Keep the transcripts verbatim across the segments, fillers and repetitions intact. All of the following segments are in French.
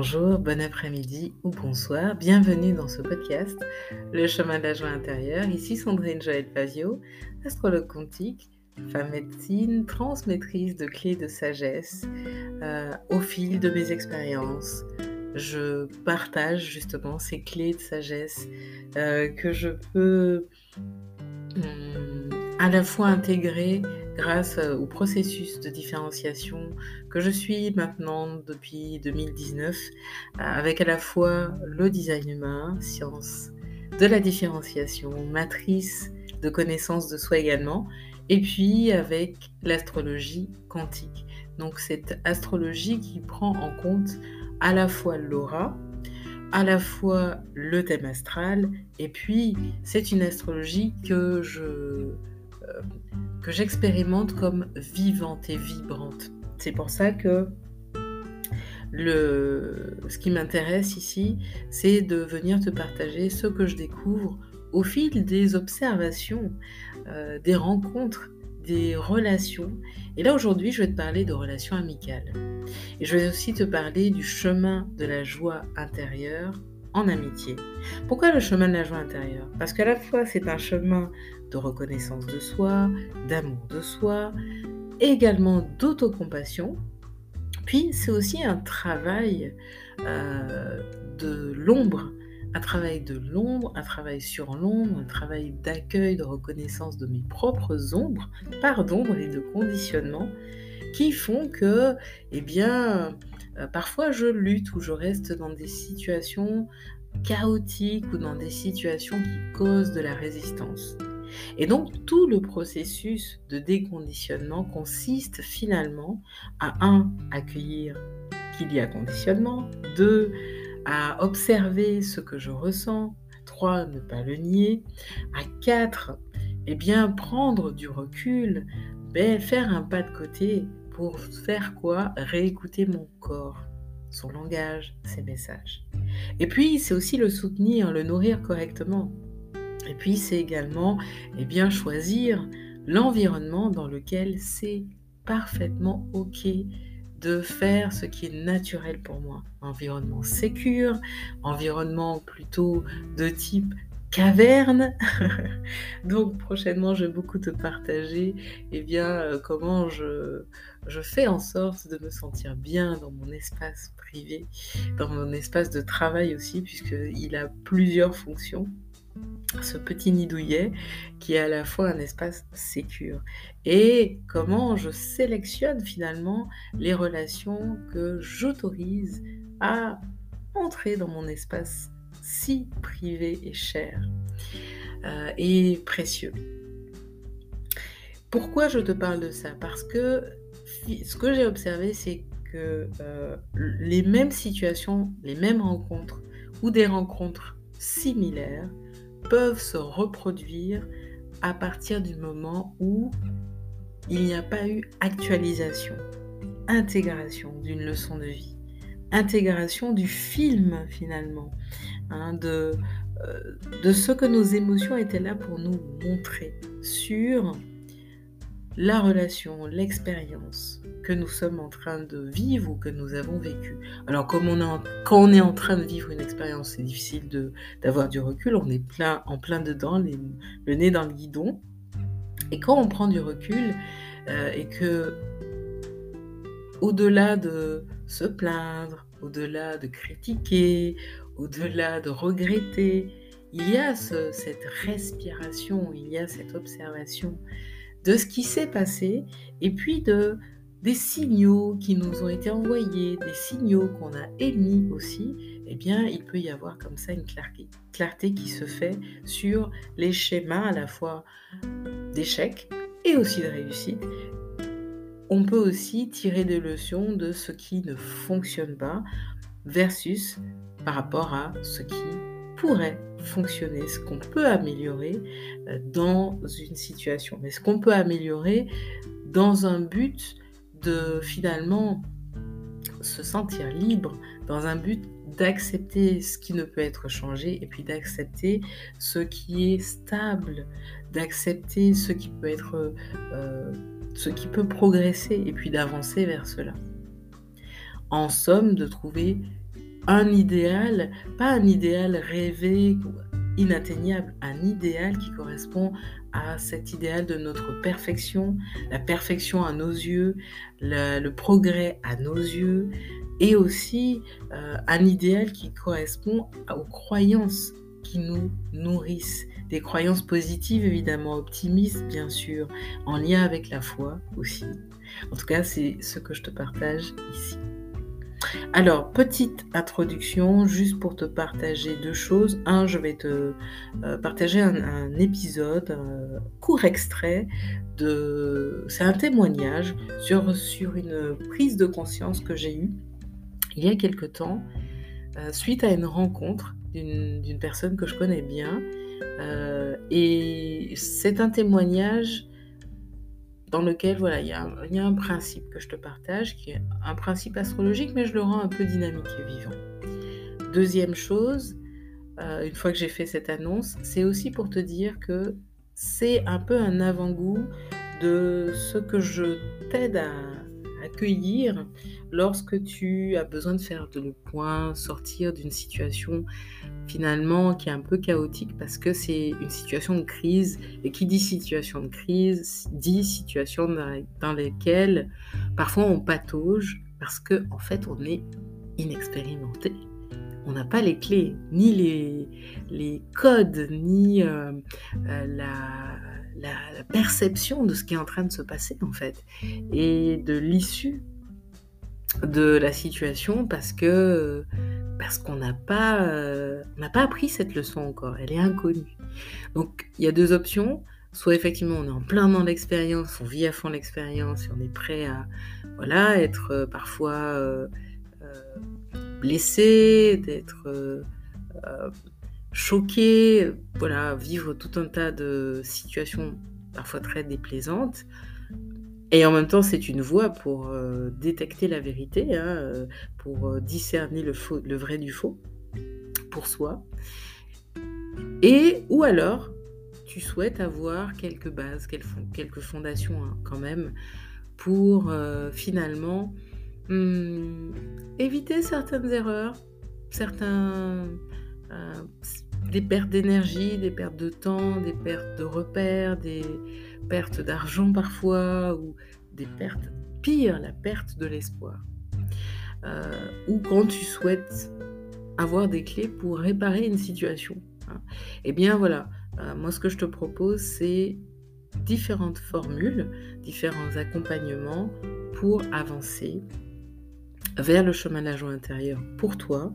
Bonjour, bon après-midi ou bonsoir, bienvenue dans ce podcast, Le chemin de la joie intérieure. Ici Sandrine Joël Pavio, astrologue quantique, femme médecine, transmettrice de clés de sagesse euh, au fil de mes expériences. Je partage justement ces clés de sagesse euh, que je peux hum, à la fois intégrer grâce au processus de différenciation que je suis maintenant depuis deux mille dix-neuf, avec à la fois le design humain, science de la différenciation, matrice de connaissance de soi également, et puis avec l'astrologie quantique. Donc cette astrologie qui prend en compte à la fois l'aura, à la fois le thème astral, et puis c'est une astrologie que je euh, que j'expérimente comme vivante et vibrante. C'est pour ça que le, ce qui m'intéresse ici, c'est de venir te partager ce que je découvre au fil des observations, euh, des rencontres, des relations. Et là aujourd'hui, je vais te parler de relations amicales. Et je vais aussi te parler du chemin de la joie intérieure en amitié. Pourquoi le chemin de la joie intérieure ? Parce qu'à la fois, c'est un chemin de reconnaissance de soi, d'amour de soi, également d'autocompassion. Puis, c'est aussi un travail euh, de l'ombre, un travail de l'ombre, un travail sur l'ombre, un travail d'accueil, de reconnaissance de mes propres ombres, parts d'ombre et de conditionnement, qui font que, eh bien, euh, parfois je lutte ou je reste dans des situations chaotiques ou dans des situations qui causent de la résistance. Et donc, tout le processus de déconditionnement consiste finalement à un, accueillir qu'il y a conditionnement, deux, à observer ce que je ressens, trois, ne pas le nier, à quatre, eh bien, prendre du recul, ben, faire un pas de côté pour faire quoi ? Réécouter mon corps, son langage, ses messages. Et puis, c'est aussi le soutenir, le nourrir correctement. Et puis, c'est également eh bien, choisir l'environnement dans lequel c'est parfaitement OK de faire ce qui est naturel pour moi. Environnement sécure, environnement plutôt de type caverne. Donc prochainement, je vais beaucoup te partager eh bien, euh, comment je, je fais en sorte de me sentir bien dans mon espace privé, dans mon espace de travail aussi, puisqu'il a plusieurs fonctions. Ce petit nid douillet qui est à la fois un espace sécure. Et comment je sélectionne finalement les relations que j'autorise à entrer dans mon espace si privé et cher euh, et précieux. Pourquoi je te parle de ça ? Parce que ce que j'ai observé, c'est que euh, les mêmes situations, les mêmes rencontres ou des rencontres similaires peuvent se reproduire à partir du moment où il n'y a pas eu actualisation, intégration d'une leçon de vie, intégration du film finalement, hein, de, euh, de ce que nos émotions étaient là pour nous montrer sur la relation, l'expérience que nous sommes en train de vivre ou que nous avons vécu. Alors comme on est en, quand on est en train de vivre une expérience, c'est difficile de, d'avoir du recul, on est plein, en plein dedans, les, le nez dans le guidon. Et quand on prend du recul euh, et que au-delà de se plaindre, au-delà de critiquer, au-delà de regretter, il y a ce, cette respiration, il y a cette observation de ce qui s'est passé et puis de, des signaux qui nous ont été envoyés, des signaux qu'on a émis aussi, eh bien, il peut y avoir comme ça une clarté, clarté qui se fait sur les schémas à la fois d'échecs et aussi de réussite. On peut aussi tirer des leçons de ce qui ne fonctionne pas versus par rapport à ce qui pourrait fonctionner, ce qu'on peut améliorer dans une situation, mais ce qu'on peut améliorer dans un but de finalement se sentir libre, dans un but d'accepter ce qui ne peut être changé et puis d'accepter ce qui est stable, d'accepter ce qui peut être, euh, ce qui peut progresser et puis d'avancer vers cela. En somme, de trouver un idéal, pas un idéal rêvé, inatteignable, un idéal qui correspond à cet idéal de notre perfection, la perfection à nos yeux, le, le progrès à nos yeux, et aussi euh, un idéal qui correspond aux croyances qui nous nourrissent, des croyances positives évidemment, optimistes bien sûr, en lien avec la foi aussi. En tout cas, c'est ce que je te partage ici. Alors, petite introduction, juste pour te partager deux choses. Un, je vais te euh, partager un, un épisode, un court extrait de... C'est un témoignage sur, sur une prise de conscience que j'ai eue il y a quelque temps, euh, suite à une rencontre d'une, d'une personne que je connais bien. Euh, et c'est un témoignage dans lequel, voilà, il y a un, il y a un principe que je te partage, qui est un principe astrologique, mais je le rends un peu dynamique et vivant. Deuxième chose, euh, une fois que j'ai fait cette annonce, c'est aussi pour te dire que c'est un peu un avant-goût de ce que je t'aide à accueillir lorsque tu as besoin de faire le point, sortir d'une situation finalement qui est un peu chaotique parce que c'est une situation de crise, et qui dit situation de crise dit situation dans, dans lesquelles parfois on patauge parce que en fait on est inexpérimenté. On n'a pas les clés, ni les, les codes, ni euh, euh, la, la, la perception de ce qui est en train de se passer en fait, et de l'issue de la situation parce que parce qu'on n'a pas euh, on n'a pas appris cette leçon encore, elle est inconnue. Donc il y a deux options, soit effectivement on est en plein dans l'expérience, on vit à fond l'expérience et on est prêt à voilà être euh, parfois euh, euh, blessé, d'être euh, euh, choqué, voilà, vivre tout un tas de situations parfois très déplaisantes. Et en même temps, c'est une voie pour euh, détecter la vérité, hein, euh, pour euh, discerner le, faux, le vrai du faux pour soi. Et ou alors, tu souhaites avoir quelques bases, quelques fondations hein, quand même, pour euh, finalement hum, éviter certaines erreurs, certains, euh, des pertes d'énergie, des pertes de temps, des pertes de repères, des pertes d'argent parfois, ou des pertes, pire, la perte de l'espoir. Euh, ou quand tu souhaites avoir des clés pour réparer une situation. Hein. Eh bien voilà, euh, moi ce que je te propose, c'est différentes formules, différents accompagnements pour avancer vers le chemin de la joie intérieure pour toi,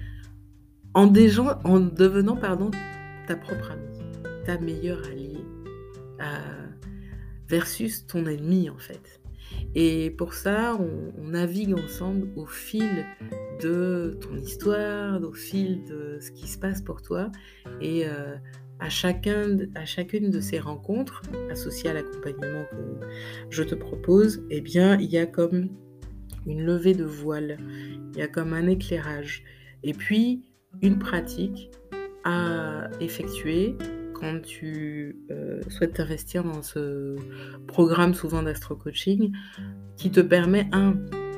en, déjà, en devenant pardon, ta propre amie, ta meilleure alliée, euh, versus ton ennemi en fait. Et pour ça, on, on navigue ensemble au fil de ton histoire, au fil de ce qui se passe pour toi. Et euh, à, chacun, à chacune de ces rencontres, associées à l'accompagnement que je te propose, eh bien, il y a comme une levée de voile, il y a comme un éclairage. Et puis, une pratique à effectuer quand tu euh, souhaites t'investir dans ce programme souvent d'astro-coaching qui te permet, un,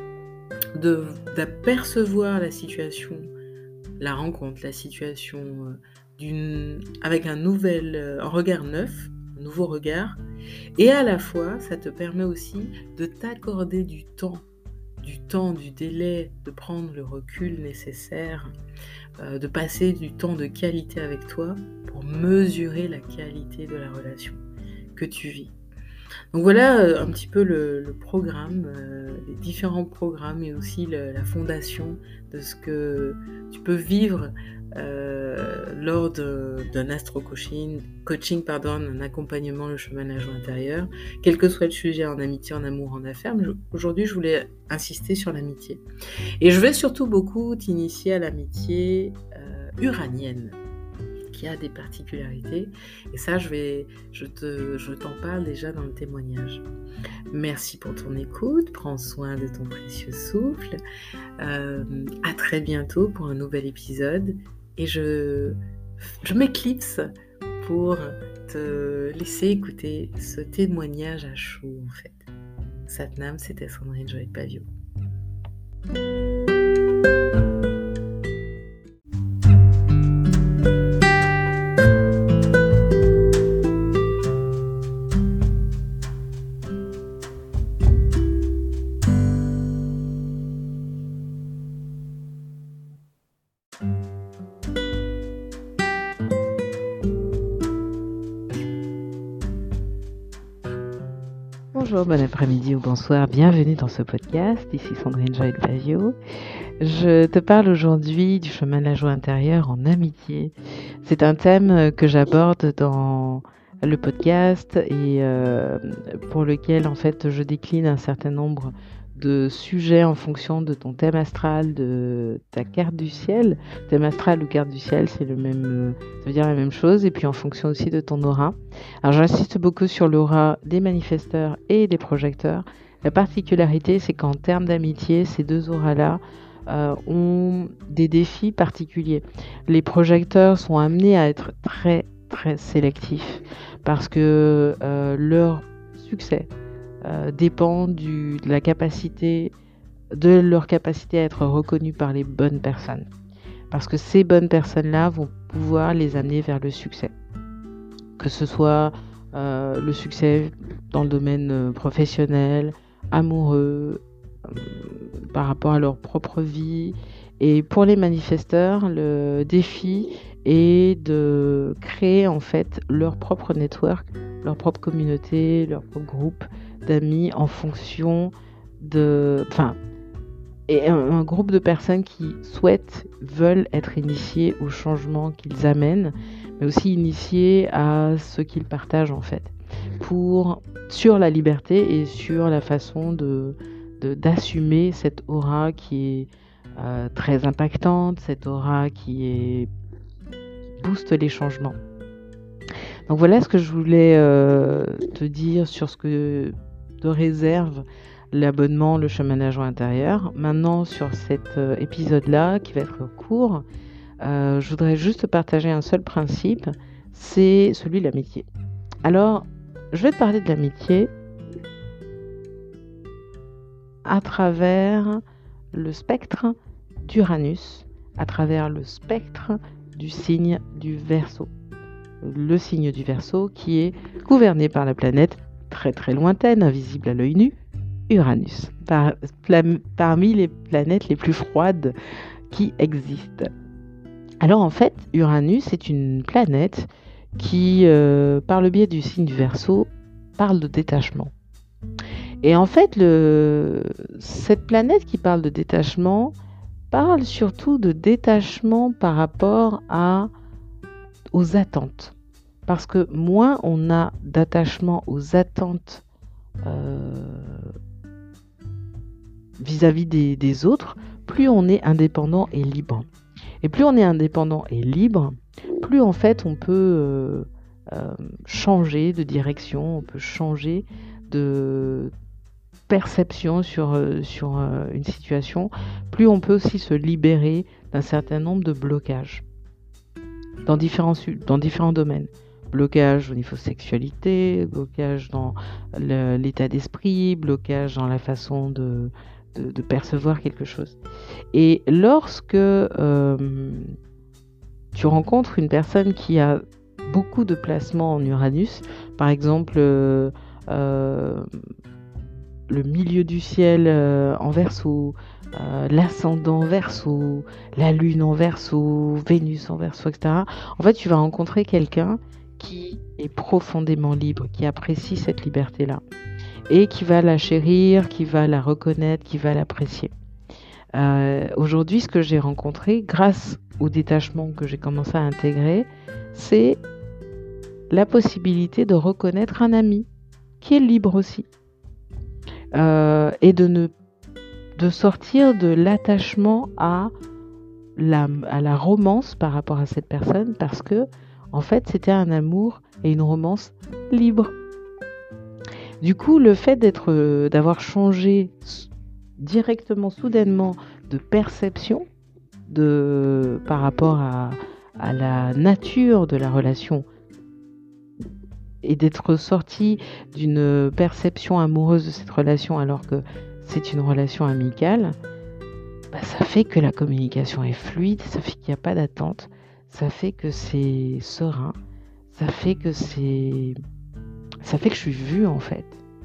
de, d'apercevoir la situation, la rencontre, la situation euh, d'une, avec un, nouvel, euh, un regard neuf, un nouveau regard, et à la fois, ça te permet aussi de t'accorder du temps, du temps, du délai, de prendre le recul nécessaire, euh, de passer du temps de qualité avec toi pour mesurer la qualité de la relation que tu vis. Donc voilà euh, un petit peu le, le programme, euh, les différents programmes et aussi le, la fondation de ce que tu peux vivre euh, lors de, d'un astro-coaching, coaching, pardon, un accompagnement, le chemin de la joie intérieure, quel que soit le sujet, en amitié, en amour, en affaires. Mais aujourd'hui, je voulais insister sur l'amitié. Et je vais surtout beaucoup t'initier à l'amitié euh, uranienne, qui a des particularités. Et ça, je, vais, je, te, je t'en parle déjà dans le témoignage. Merci pour ton écoute. Prends soin de ton précieux souffle. Euh, à très bientôt pour un nouvel épisode. Et je, je m'éclipse pour te laisser écouter ce témoignage à chaud, en fait. Satnam, c'était Sandrine Joy Pavio. Bonjour, bon après-midi ou bonsoir, bienvenue dans ce podcast, ici Sandrine Joël Pavio. Je te parle aujourd'hui du chemin de la joie intérieure en amitié. C'est un thème que j'aborde dans le podcast et euh, pour lequel en fait je décline un certain nombre de sujets en fonction de ton thème astral, de ta carte du ciel. Thème astral ou carte du ciel, c'est le même, ça veut dire la même chose, et puis en fonction aussi de ton aura. Alors j'insiste beaucoup sur l'aura des manifesteurs et des projecteurs. La particularité, c'est qu'en termes d'amitié, ces deux auras-là euh, ont des défis particuliers. Les projecteurs sont amenés à être très très sélectifs parce que euh, leur succès Euh, dépend du, de la capacité, de leur capacité à être reconnus par les bonnes personnes. Parce que ces bonnes personnes-là vont pouvoir les amener vers le succès. Que ce soit euh, le succès dans le domaine euh, professionnel, amoureux, euh, par rapport à leur propre vie. Et pour les manifesteurs, le défi est de créer en fait leur propre network, leur propre communauté, leur propre groupe d'amis en fonction de... Enfin, et un, un groupe de personnes qui souhaitent, veulent être initiées au changement qu'ils amènent, mais aussi initiées à ce qu'ils partagent en fait, pour, sur la liberté et sur la façon de, de, d'assumer cette aura qui est euh, très impactante, cette aura qui est, booste les changements. Donc voilà ce que je voulais euh, te dire sur ce que te réserve l'abonnement Le Chemin de la Joie intérieure. Maintenant, sur cet euh, épisode-là, qui va être court, euh, je voudrais juste partager un seul principe, c'est celui de l'amitié. Alors, je vais te parler de l'amitié à travers le spectre d'Uranus, à travers le spectre du signe du Verseau. Le signe du Verseau qui est gouverné par la planète très très lointaine, invisible à l'œil nu, Uranus, par, pla- parmi les planètes les plus froides qui existent. Alors en fait, Uranus est une planète qui, euh, par le biais du signe du Verseau, parle de détachement. Et en fait, le, cette planète qui parle de détachement parle surtout de détachement par rapport à, aux attentes. Parce que moins on a d'attachement aux attentes euh, vis-à-vis des, des autres, plus on est indépendant et libre. Et plus on est indépendant et libre, plus en fait on peut euh, euh, changer de direction, on peut changer de perception sur, euh, sur euh, une situation, plus on peut aussi se libérer d'un certain nombre de blocages dans différents, dans différents domaines. Blocage au niveau sexualité, blocage dans le, l'état d'esprit, blocage dans la façon de, de, de percevoir quelque chose. Et lorsque euh, tu rencontres une personne qui a beaucoup de placements en Uranus, par exemple euh, euh, le milieu du ciel euh, en Verseau, euh, l'ascendant Verseau, la lune en Verseau, Vénus en Verseau, et cetera. En fait, tu vas rencontrer quelqu'un qui est profondément libre, qui apprécie cette liberté-là et qui va la chérir, qui va la reconnaître, qui va l'apprécier. Euh, aujourd'hui, ce que j'ai rencontré, grâce au détachement que j'ai commencé à intégrer, c'est la possibilité de reconnaître un ami qui est libre aussi. Euh, et de, ne, de sortir de l'attachement à la, à la romance par rapport à cette personne, parce que en fait, c'était un amour et une romance libre. Du coup, le fait d'être, euh, d'avoir changé directement, soudainement, de perception de, par rapport à, à la nature de la relation et d'être sorti d'une perception amoureuse de cette relation alors que c'est une relation amicale, bah, ça fait que la communication est fluide, ça fait qu'il n'y a pas d'attente, ça fait que c'est serein, ça fait que c'est... ça fait que je suis vue en fait.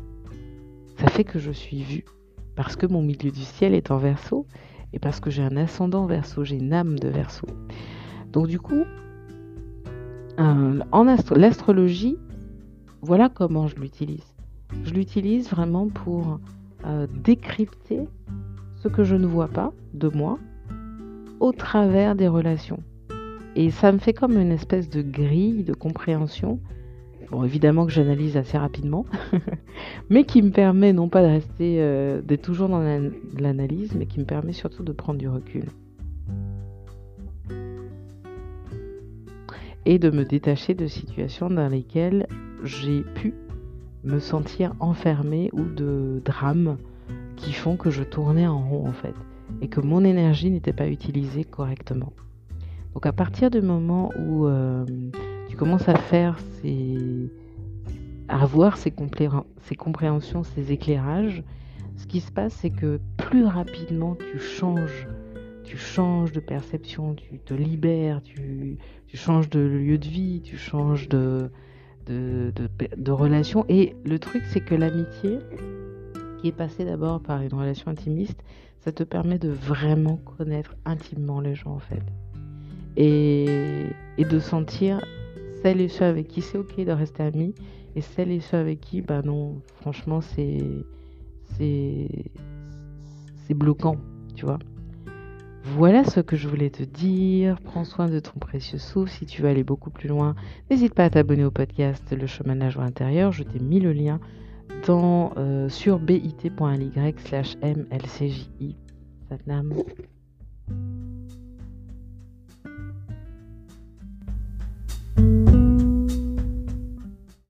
Ça fait que je suis vue. Parce que mon milieu du ciel est en Verseau et parce que j'ai un ascendant Verseau, j'ai une âme de Verseau. Donc du coup, euh, en astro- l'astrologie, voilà comment je l'utilise. Je l'utilise vraiment pour euh, décrypter ce que je ne vois pas de moi au travers des relations. Et ça me fait comme une espèce de grille de compréhension. Bon, évidemment que j'analyse assez rapidement, mais qui me permet non pas de rester, euh, d'être toujours dans la- l'analyse, mais qui me permet surtout de prendre du recul et de me détacher de situations dans lesquelles j'ai pu me sentir enfermée ou de drames qui font que je tournais en rond en fait et que mon énergie n'était pas utilisée correctement. Donc à partir du moment où euh, tu commences à faire ces... à avoir ces, complé- ces compréhensions, ces éclairages, ce qui se passe, c'est que plus rapidement tu changes, tu changes de perception, tu te libères, tu, tu changes de lieu de vie, tu changes de, de, de, de relation. Et le truc, c'est que l'amitié, qui est passée d'abord par une relation intimiste, ça te permet de vraiment connaître intimement les gens en fait. Et, et de sentir celles et ceux avec qui c'est ok de rester amis et celles et ceux avec qui, bah non, franchement, c'est, c'est, c'est bloquant, tu vois. Voilà ce que je voulais te dire. Prends soin de ton précieux souffle. Si tu veux aller beaucoup plus loin, n'hésite pas à t'abonner au podcast Le Chemin de la Joie Intérieure. Je t'ai mis le lien dans, euh, sur bit.ly slash mlcji. Satnam.